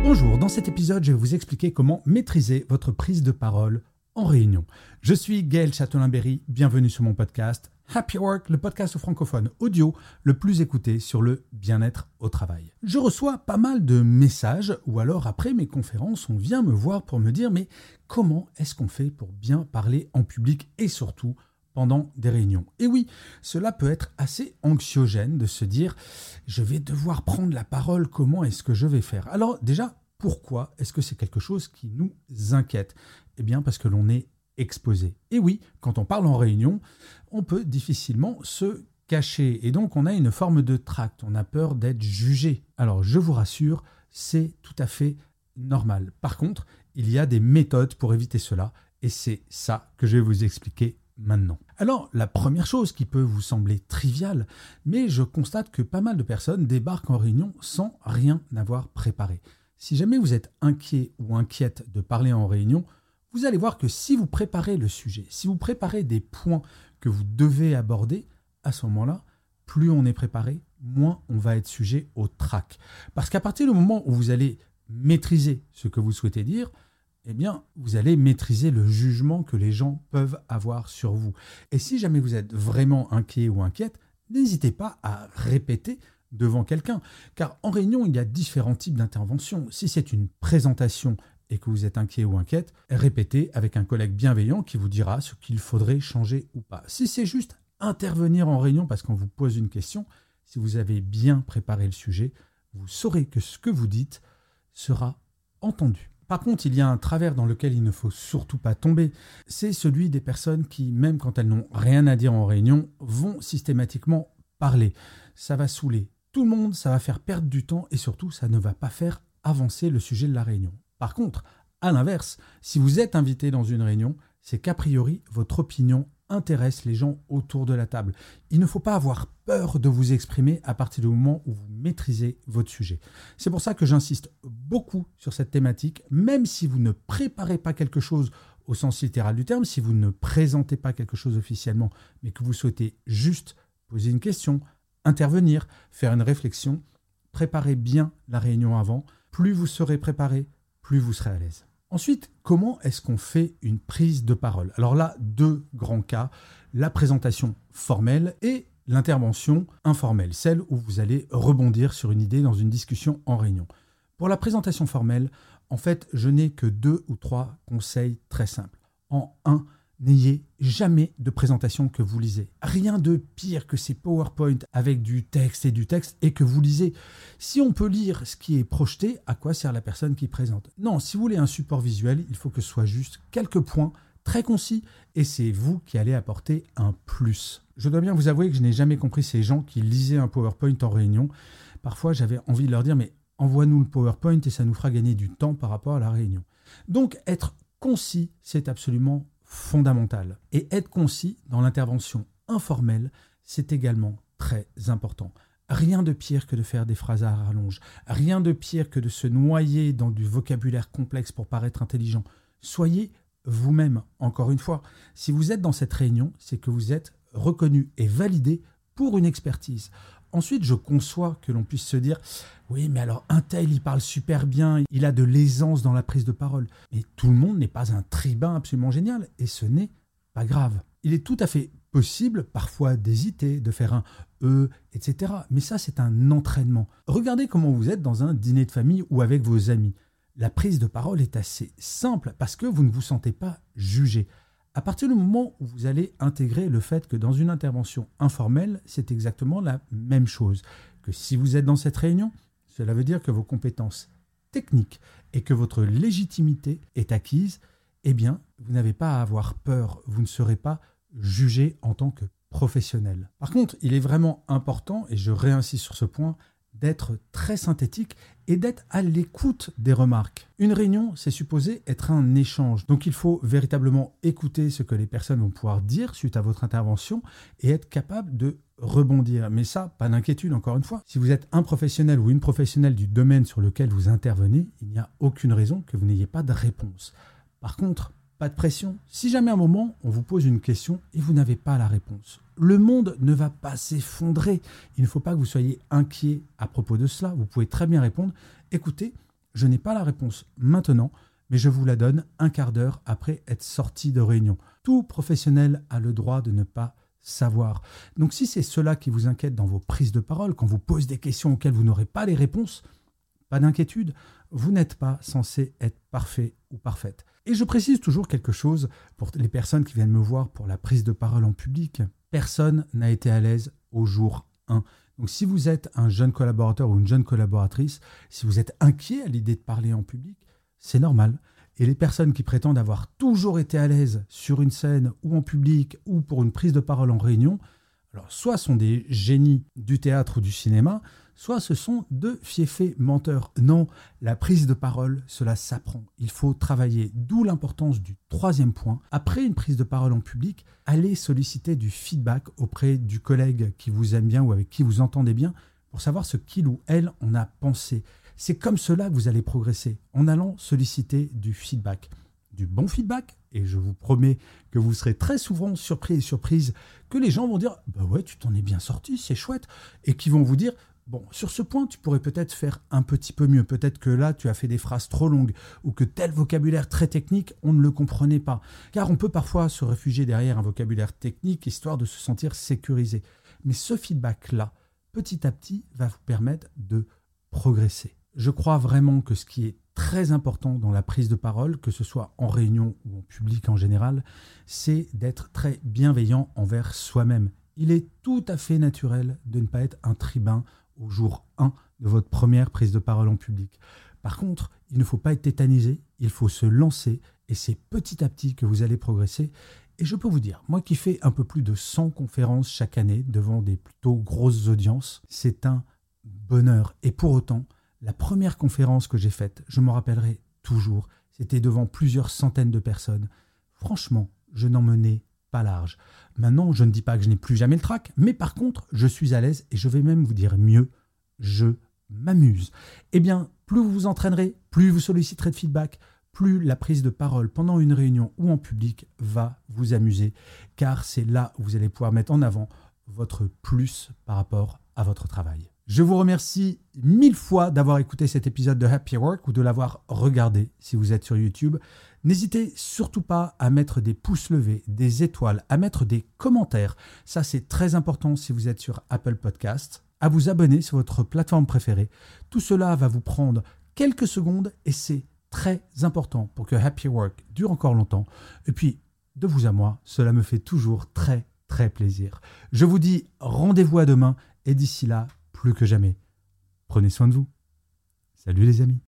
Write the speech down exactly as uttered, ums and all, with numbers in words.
Bonjour, dans cet épisode, je vais vous expliquer comment maîtriser votre prise de parole en réunion. Je suis Gaël Châtelain-Berry, bienvenue sur mon podcast Happy Work, le podcast francophone audio le plus écouté sur le bien-être au travail. Je reçois pas mal de messages ou alors après mes conférences, on vient me voir pour me dire mais comment est-ce qu'on fait pour bien parler en public et surtout pendant des réunions. Et oui, cela peut être assez anxiogène de se dire « je vais devoir prendre la parole, comment est-ce que je vais faire ?» Alors déjà, pourquoi est-ce que c'est quelque chose qui nous inquiète ? Eh bien parce que l'on est exposé. Et oui, quand on parle en réunion, on peut difficilement se cacher. Et donc on a une forme de tract, on a peur d'être jugé. Alors je vous rassure, c'est tout à fait normal. Par contre, il y a des méthodes pour éviter cela et c'est ça que je vais vous expliquer maintenant. Alors, la première chose qui peut vous sembler triviale, mais je constate que pas mal de personnes débarquent en réunion sans rien avoir préparé. Si jamais vous êtes inquiet ou inquiète de parler en réunion, vous allez voir que si vous préparez le sujet, si vous préparez des points que vous devez aborder, à ce moment-là, plus on est préparé, moins on va être sujet au trac. Parce qu'à partir du moment où vous allez maîtriser ce que vous souhaitez dire, eh bien, vous allez maîtriser le jugement que les gens peuvent avoir sur vous. Et si jamais vous êtes vraiment inquiet ou inquiète, n'hésitez pas à répéter devant quelqu'un. Car en réunion, il y a différents types d'interventions. Si c'est une présentation et que vous êtes inquiet ou inquiète, répétez avec un collègue bienveillant qui vous dira ce qu'il faudrait changer ou pas. Si c'est juste intervenir en réunion parce qu'on vous pose une question, si vous avez bien préparé le sujet, vous saurez que ce que vous dites sera entendu. Par contre, il y a un travers dans lequel il ne faut surtout pas tomber. C'est celui des personnes qui, même quand elles n'ont rien à dire en réunion, vont systématiquement parler. Ça va saouler tout le monde, ça va faire perdre du temps et surtout, ça ne va pas faire avancer le sujet de la réunion. Par contre, à l'inverse, si vous êtes invité dans une réunion, c'est qu'a priori, votre opinion intéresse les gens autour de la table. Il ne faut pas avoir peur de vous exprimer à partir du moment où vous maîtrisez votre sujet. C'est pour ça que j'insiste beaucoup sur cette thématique, même si vous ne préparez pas quelque chose au sens littéral du terme, si vous ne présentez pas quelque chose officiellement, mais que vous souhaitez juste poser une question, intervenir, faire une réflexion, préparez bien la réunion avant. Plus vous serez préparé, plus vous serez à l'aise. Ensuite, comment est-ce qu'on fait une prise de parole ? Alors là, deux grands cas, la présentation formelle et l'intervention informelle, celle où vous allez rebondir sur une idée dans une discussion en réunion. Pour la présentation formelle, en fait, je n'ai que deux ou trois conseils très simples. En un, n'ayez jamais de présentation que vous lisez. Rien de pire que ces PowerPoint avec du texte et du texte et que vous lisez. Si on peut lire ce qui est projeté, à quoi sert la personne qui présente ? Non, si vous voulez un support visuel, il faut que ce soit juste quelques points très concis et c'est vous qui allez apporter un plus. Je dois bien vous avouer que je n'ai jamais compris ces gens qui lisaient un PowerPoint en réunion. Parfois, j'avais envie de leur dire « mais envoie-nous le PowerPoint et ça nous fera gagner du temps par rapport à la réunion ». Donc, être concis, c'est absolument fondamental. Et être concis dans l'intervention informelle, c'est également très important. Rien de pire que de faire des phrases à rallonge. Rien de pire que de se noyer dans du vocabulaire complexe pour paraître intelligent. Soyez vous-même, encore une fois. Si vous êtes dans cette réunion, c'est que vous êtes reconnu et validé pour une expertise. Ensuite, je conçois que l'on puisse se dire « oui, mais alors un tel, il parle super bien, il a de l'aisance dans la prise de parole. » Mais tout le monde n'est pas un tribun absolument génial et ce n'est pas grave. Il est tout à fait possible parfois d'hésiter, de faire un « e », et cetera. Mais ça, c'est un entraînement. Regardez comment vous êtes dans un dîner de famille ou avec vos amis. La prise de parole est assez simple parce que vous ne vous sentez pas jugé. À partir du moment où vous allez intégrer le fait que dans une intervention informelle, c'est exactement la même chose. Que si vous êtes dans cette réunion, cela veut dire que vos compétences techniques et que votre légitimité est acquise, eh bien, vous n'avez pas à avoir peur, vous ne serez pas jugé en tant que professionnel. Par contre, il est vraiment important, et je réinsiste sur ce point, d'être très synthétique et d'être à l'écoute des remarques. Une réunion, c'est supposé être un échange. Donc il faut véritablement écouter ce que les personnes vont pouvoir dire suite à votre intervention et être capable de rebondir. Mais ça, pas d'inquiétude, encore une fois. Si vous êtes un professionnel ou une professionnelle du domaine sur lequel vous intervenez, il n'y a aucune raison que vous n'ayez pas de réponse. Par contre, pas de pression. Si jamais à un moment, on vous pose une question et vous n'avez pas la réponse, le monde ne va pas s'effondrer. Il ne faut pas que vous soyez inquiet à propos de cela. Vous pouvez très bien répondre « Écoutez, je n'ai pas la réponse maintenant, mais je vous la donne un quart d'heure après être sorti de réunion. Tout professionnel a le droit de ne pas savoir. Donc si c'est cela qui vous inquiète dans vos prises de parole, quand vous posez des questions auxquelles vous n'aurez pas les réponses, pas d'inquiétude, vous n'êtes pas censé être parfait ou parfaite. Et je précise toujours quelque chose pour les personnes qui viennent me voir pour la prise de parole en public. Personne n'a été à l'aise au jour un. Donc si vous êtes un jeune collaborateur ou une jeune collaboratrice, si vous êtes inquiet à l'idée de parler en public, c'est normal. Et les personnes qui prétendent avoir toujours été à l'aise sur une scène ou en public ou pour une prise de parole en réunion, alors soit sont des génies du théâtre ou du cinéma, soit ce sont de fiefés menteurs. Non, la prise de parole, cela s'apprend. Il faut travailler, d'où l'importance du troisième point. Après une prise de parole en public, allez solliciter du feedback auprès du collègue qui vous aime bien ou avec qui vous entendez bien pour savoir ce qu'il ou elle en a pensé. C'est comme cela que vous allez progresser, en allant solliciter du feedback. Du bon feedback, et je vous promets que vous serez très souvent surpris et surprise que les gens vont dire « Bah ouais, tu t'en es bien sorti, c'est chouette », et qui vont vous dire « Bon, sur ce point, tu pourrais peut-être faire un petit peu mieux. Peut-être que là, tu as fait des phrases trop longues ou que tel vocabulaire très technique, on ne le comprenait pas. » Car on peut parfois se réfugier derrière un vocabulaire technique histoire de se sentir sécurisé. Mais ce feedback-là, petit à petit, va vous permettre de progresser. Je crois vraiment que ce qui est très important dans la prise de parole, que ce soit en réunion ou en public en général, c'est d'être très bienveillant envers soi-même. Il est tout à fait naturel de ne pas être un tribun au jour un de votre première prise de parole en public. Par contre, il ne faut pas être tétanisé, il faut se lancer et c'est petit à petit que vous allez progresser. Et je peux vous dire, moi qui fais un peu plus de cent conférences chaque année devant des plutôt grosses audiences, c'est un bonheur. Et pour autant, la première conférence que j'ai faite, je m'en rappellerai toujours, c'était devant plusieurs centaines de personnes. Franchement, je n'en menais pas large. Maintenant, je ne dis pas que je n'ai plus jamais le trac, mais par contre, je suis à l'aise et je vais même vous dire mieux, je m'amuse. Eh bien, plus vous vous entraînerez, plus vous solliciterez de feedback, plus la prise de parole pendant une réunion ou en public va vous amuser, car c'est là où vous allez pouvoir mettre en avant votre plus par rapport à votre travail. Je vous remercie mille fois d'avoir écouté cet épisode de Happy Work ou de l'avoir regardé si vous êtes sur YouTube. N'hésitez surtout pas à mettre des pouces levés, des étoiles, à mettre des commentaires. Ça, c'est très important si vous êtes sur Apple Podcasts. À vous abonner sur votre plateforme préférée. Tout cela va vous prendre quelques secondes et c'est très important pour que Happy Work dure encore longtemps. Et puis, de vous à moi, cela me fait toujours très, très plaisir. Je vous dis rendez-vous à demain et d'ici là, plus que jamais, prenez soin de vous. Salut les amis.